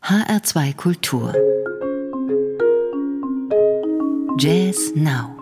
HR2 Kultur Jazz Now.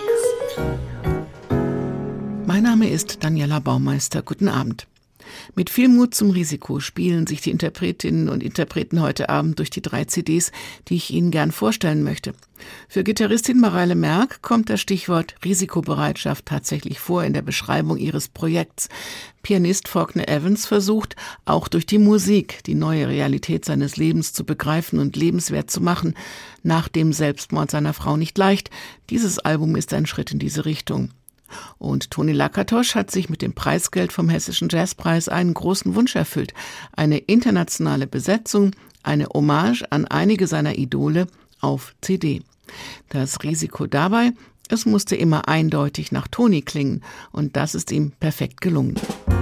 Mein Name ist Daniela Baumeister. Guten Abend. Mit viel Mut zum Risiko spielen sich die Interpretinnen und Interpreten heute Abend durch die 3 CDs, die ich Ihnen gern vorstellen möchte. Für Gitarristin Mareile Merk kommt das Stichwort Risikobereitschaft tatsächlich vor in der Beschreibung ihres Projekts. Pianist Faulkner Evans versucht, auch durch die Musik die neue Realität seines Lebens zu begreifen und lebenswert zu machen. Nach dem Selbstmord seiner Frau nicht leicht. Dieses Album ist ein Schritt in diese Richtung. Und Toni Lakatosch hat sich mit dem Preisgeld vom Hessischen Jazzpreis einen großen Wunsch erfüllt. Eine internationale Besetzung, eine Hommage an einige seiner Idole auf CD. Das Risiko dabei, es musste immer eindeutig nach Toni klingen und das ist ihm perfekt gelungen.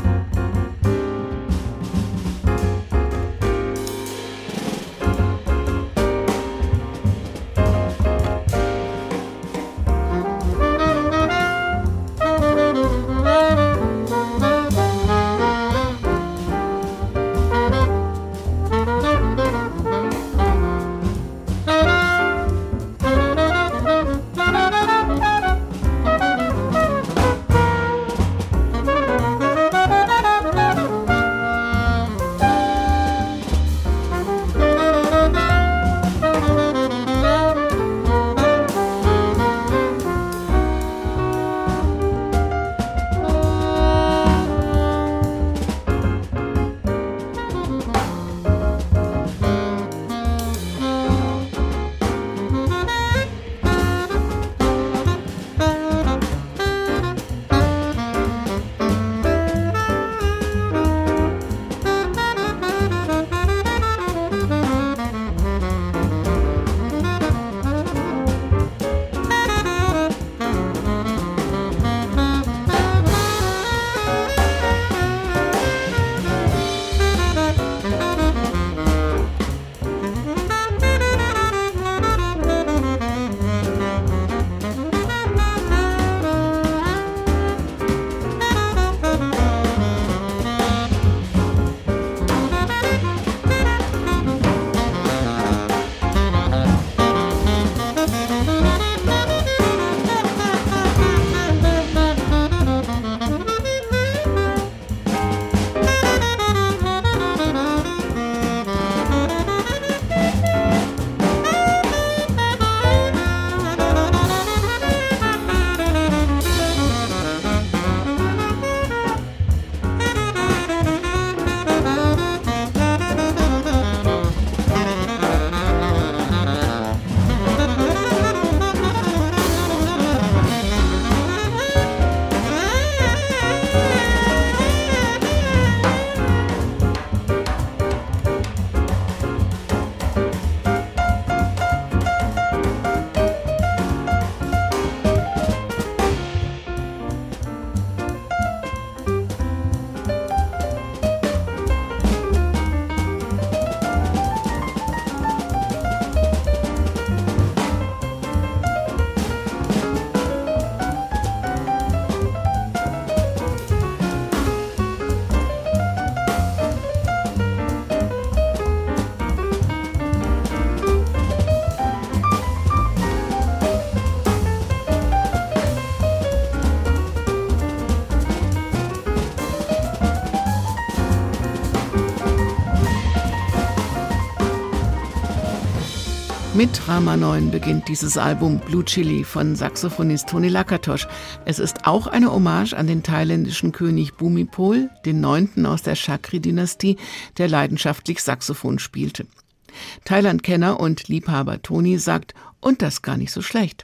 Mit Drama 9 beginnt dieses Album Blue Chili von Saxophonist Toni Lakatosch. Es ist auch eine Hommage an den thailändischen König Bhumipol, den 9. aus der Chakri-Dynastie, der leidenschaftlich Saxophon spielte. Thailand-Kenner und Liebhaber Toni sagt, und das gar nicht so schlecht.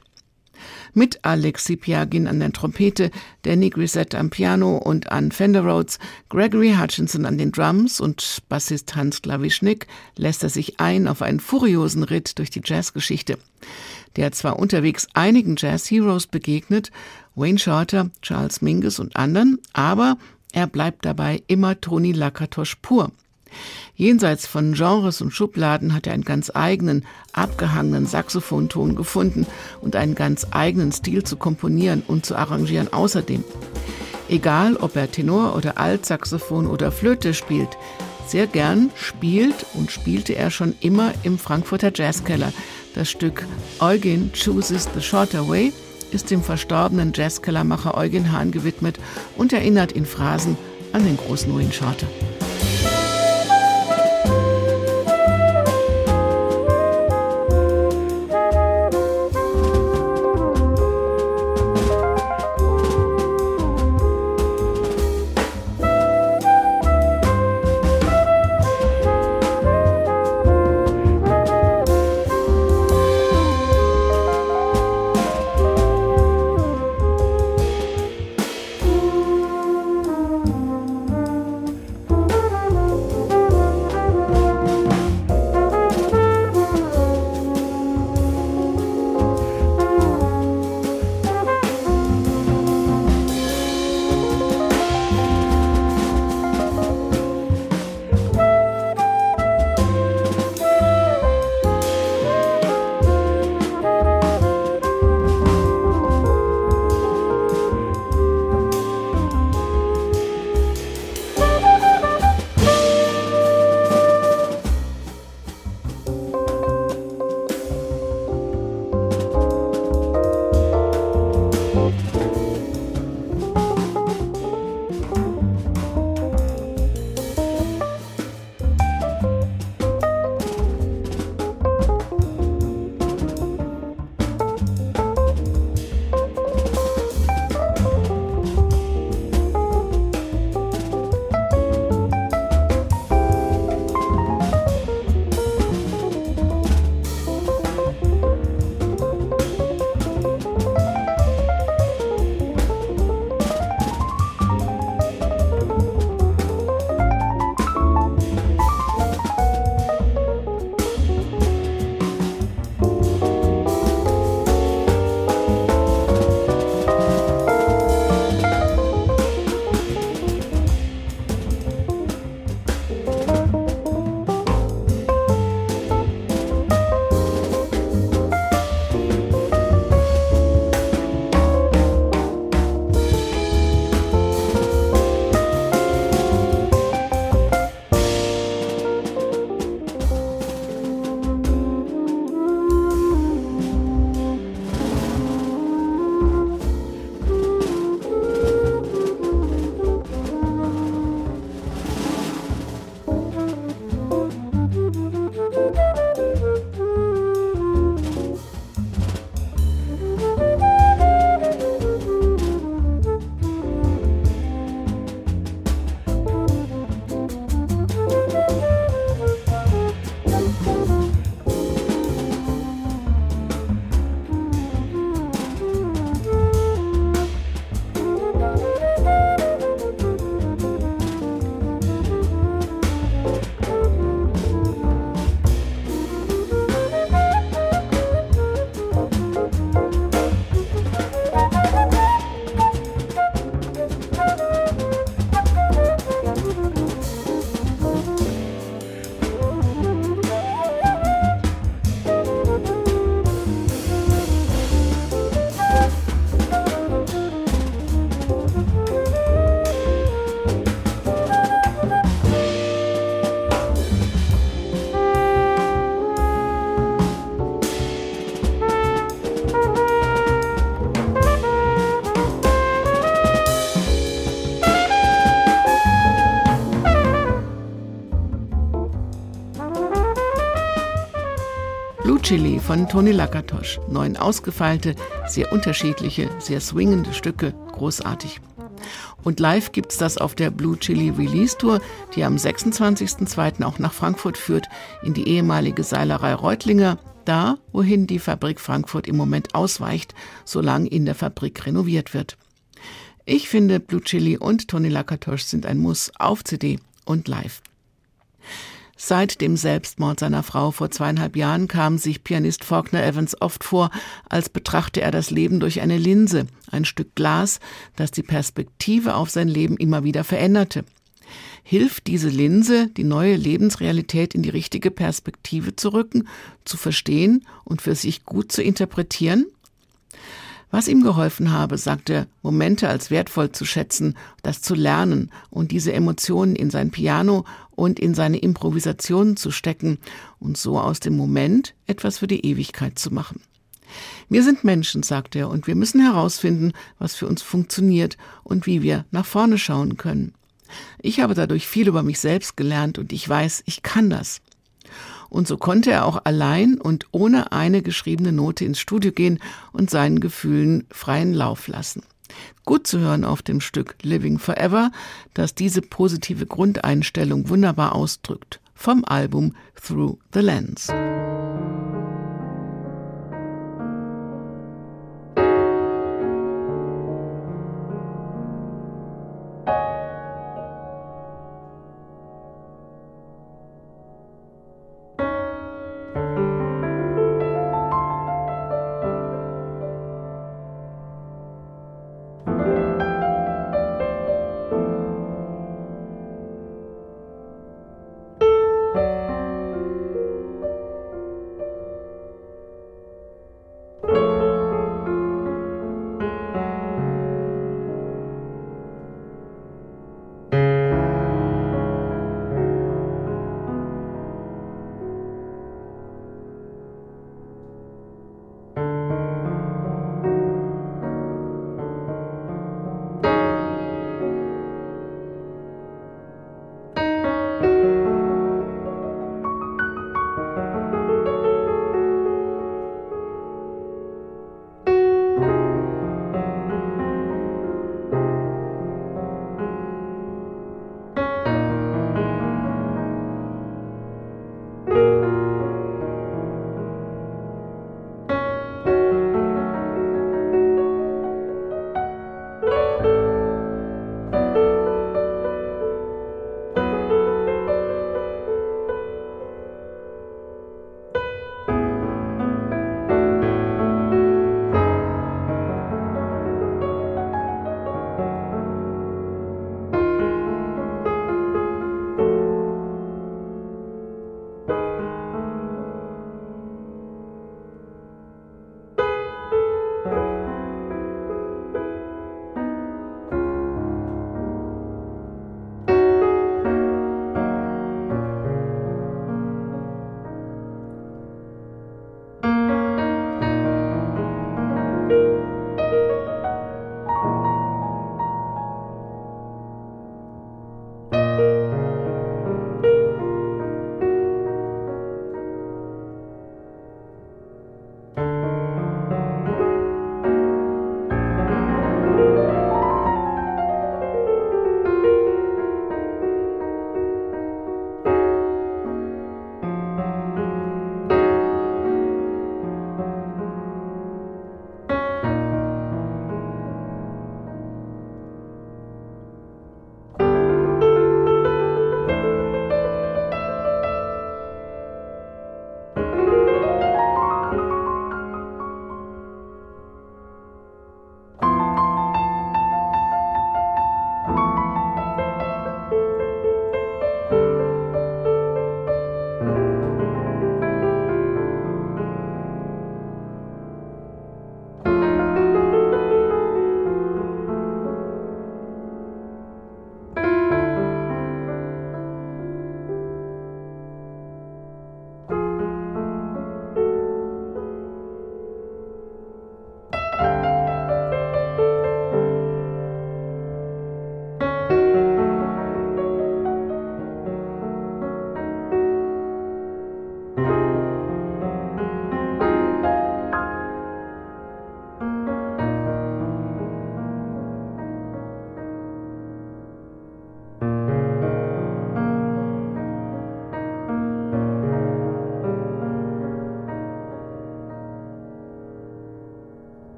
Mit Alexi Piagin an der Trompete, Danny Grissett am Piano und an Fender Rhodes, Gregory Hutchinson an den Drums und Bassist Hans Klawischnik lässt er sich ein auf einen furiosen Ritt durch die Jazzgeschichte. Der zwar unterwegs einigen Jazz-Heroes begegnet, Wayne Shorter, Charles Mingus und anderen, aber er bleibt dabei immer Toni Lakatosch pur. Jenseits von Genres und Schubladen hat er einen ganz eigenen, abgehangenen Saxophonton gefunden und einen ganz eigenen Stil zu komponieren und zu arrangieren außerdem. Egal, ob er Tenor oder Altsaxophon oder Flöte spielt, Sehr gern spielte er schon immer im Frankfurter Jazzkeller. Das Stück Eugen Chooses the Shorter Way ist dem verstorbenen Jazzkellermacher Eugen Hahn gewidmet und erinnert in Phrasen an den großen Wayne Shorter. Blue Chili von Tony Lakatosh. 9 ausgefeilte, sehr unterschiedliche, sehr swingende Stücke. Großartig. Und live gibt's das auf der Blue Chili Release Tour, die am 26.02. auch nach Frankfurt führt, in die ehemalige Seilerei Reutlinger, da, wohin die Fabrik Frankfurt im Moment ausweicht, solange in der Fabrik renoviert wird. Ich finde, Blue Chili und Tony Lakatosh sind ein Muss auf CD und live. Seit dem Selbstmord seiner Frau vor 2,5 Jahren kam sich Pianist Faulkner Evans oft vor, als betrachte er das Leben durch eine Linse, ein Stück Glas, das die Perspektive auf sein Leben immer wieder veränderte. Hilft diese Linse, die neue Lebensrealität in die richtige Perspektive zu rücken, zu verstehen und für sich gut zu interpretieren? Was ihm geholfen habe, sagt er, Momente als wertvoll zu schätzen, das zu lernen und diese Emotionen in sein Piano und in seine Improvisationen zu stecken und so aus dem Moment etwas für die Ewigkeit zu machen. Wir sind Menschen, sagt er, und wir müssen herausfinden, was für uns funktioniert und wie wir nach vorne schauen können. Ich habe dadurch viel über mich selbst gelernt und ich weiß, ich kann das. Und so konnte er auch allein und ohne eine geschriebene Note ins Studio gehen und seinen Gefühlen freien Lauf lassen. Gut zu hören auf dem Stück Living Forever, das diese positive Grundeinstellung wunderbar ausdrückt, vom Album Through the Lens.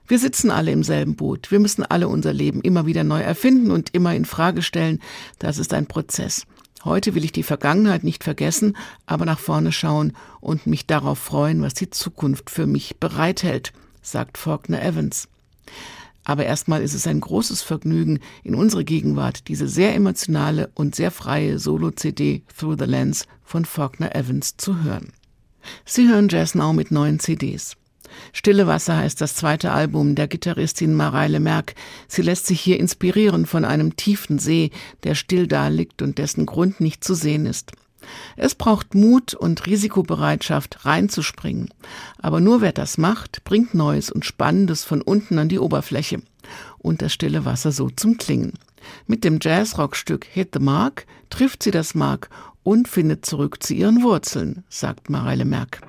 Wir sitzen alle im selben Boot. Wir müssen alle unser Leben immer wieder neu erfinden und immer in Frage stellen. Das ist ein Prozess. Heute will ich die Vergangenheit nicht vergessen, aber nach vorne schauen und mich darauf freuen, was die Zukunft für mich bereithält, sagt Faulkner Evans. Aber erstmal ist es ein großes Vergnügen, in unsere Gegenwart diese sehr emotionale und sehr freie Solo-CD Through the Lens von Faulkner Evans zu hören. Sie hören Jazz Now mit 9 CDs. Stille Wasser heißt das zweite Album der Gitarristin Mareile Merk. Sie lässt sich hier inspirieren von einem tiefen See, der still da liegt und dessen Grund nicht zu sehen ist. Es braucht Mut und Risikobereitschaft, reinzuspringen. Aber nur wer das macht, bringt Neues und Spannendes von unten an die Oberfläche. Und das stille Wasser so zum Klingen. Mit dem Jazz-Rock-Stück Hit the Mark trifft sie das Mark und findet zurück zu ihren Wurzeln, sagt Mareile Merk.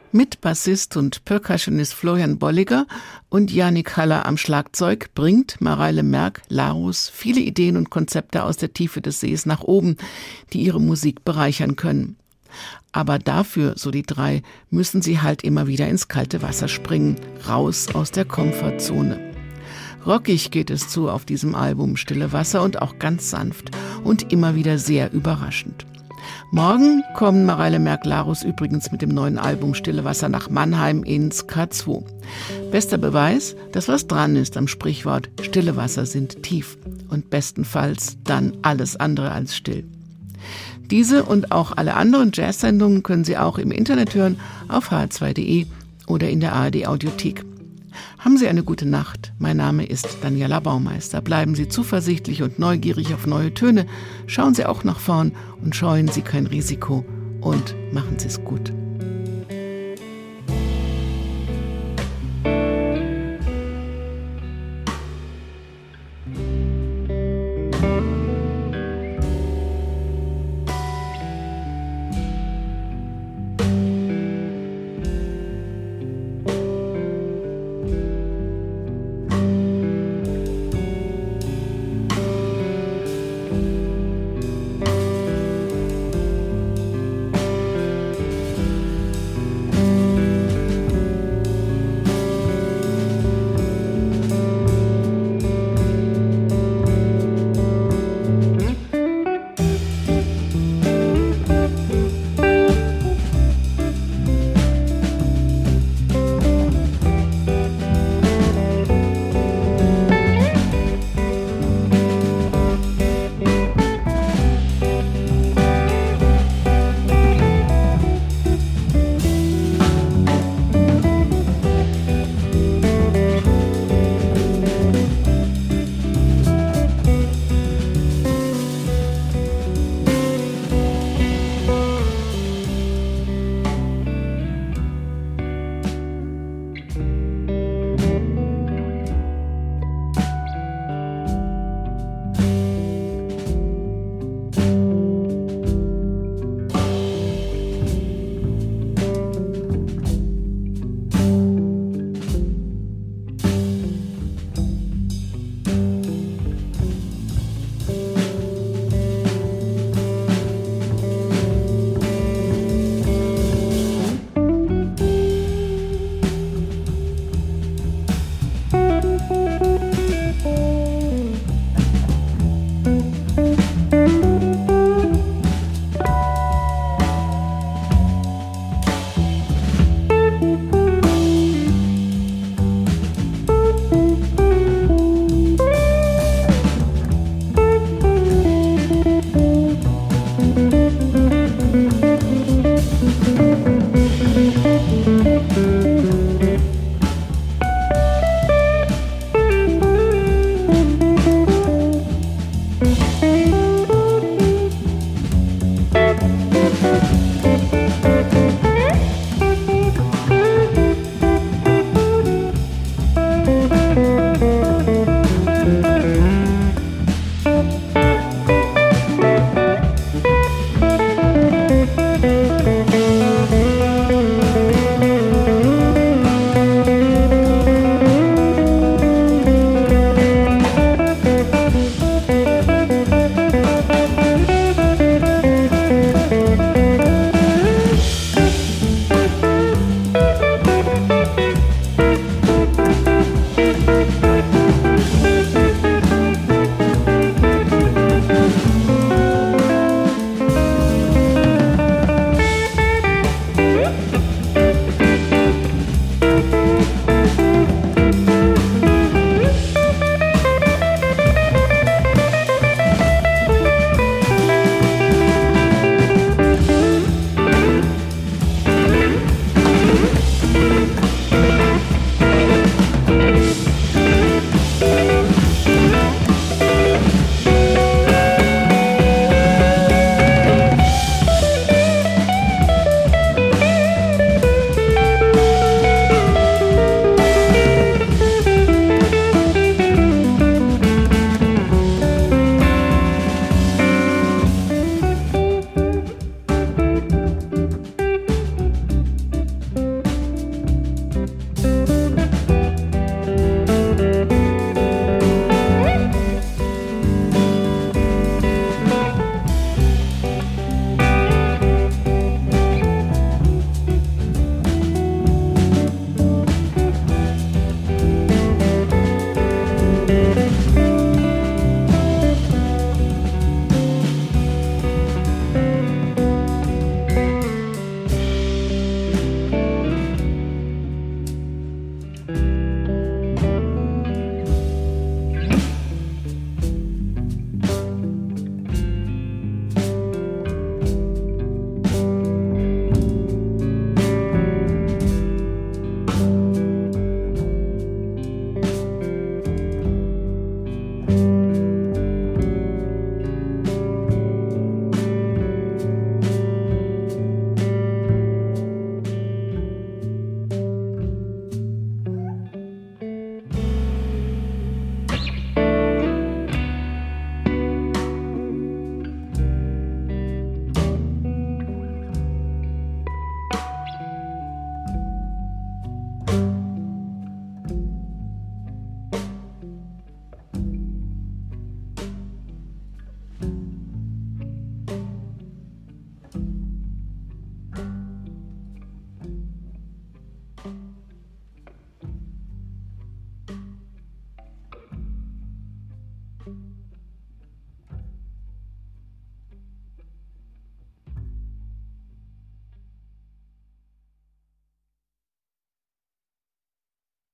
Mit Bassist und Percussionist Florian Bolliger und Janik Haller am Schlagzeug bringt Mareile Merck-Larus viele Ideen und Konzepte aus der Tiefe des Sees nach oben, die ihre Musik bereichern können. Aber dafür, so die drei, müssen sie halt immer wieder ins kalte Wasser springen, raus aus der Komfortzone. Rockig geht es zu auf diesem Album Stille Wasser und auch ganz sanft und immer wieder sehr überraschend. Morgen kommen Mareile Merck-Larus übrigens mit dem neuen Album Stille Wasser nach Mannheim ins K2. Bester Beweis, dass was dran ist am Sprichwort Stille Wasser sind tief und bestenfalls dann alles andere als still. Diese und auch alle anderen Jazz-Sendungen können Sie auch im Internet hören, auf hr2.de oder in der ARD-Audiothek. Haben Sie eine gute Nacht. Mein Name ist Daniela Baumeister. Bleiben Sie zuversichtlich und neugierig auf neue Töne. Schauen Sie auch nach vorn und scheuen Sie kein Risiko. Und machen Sie es gut.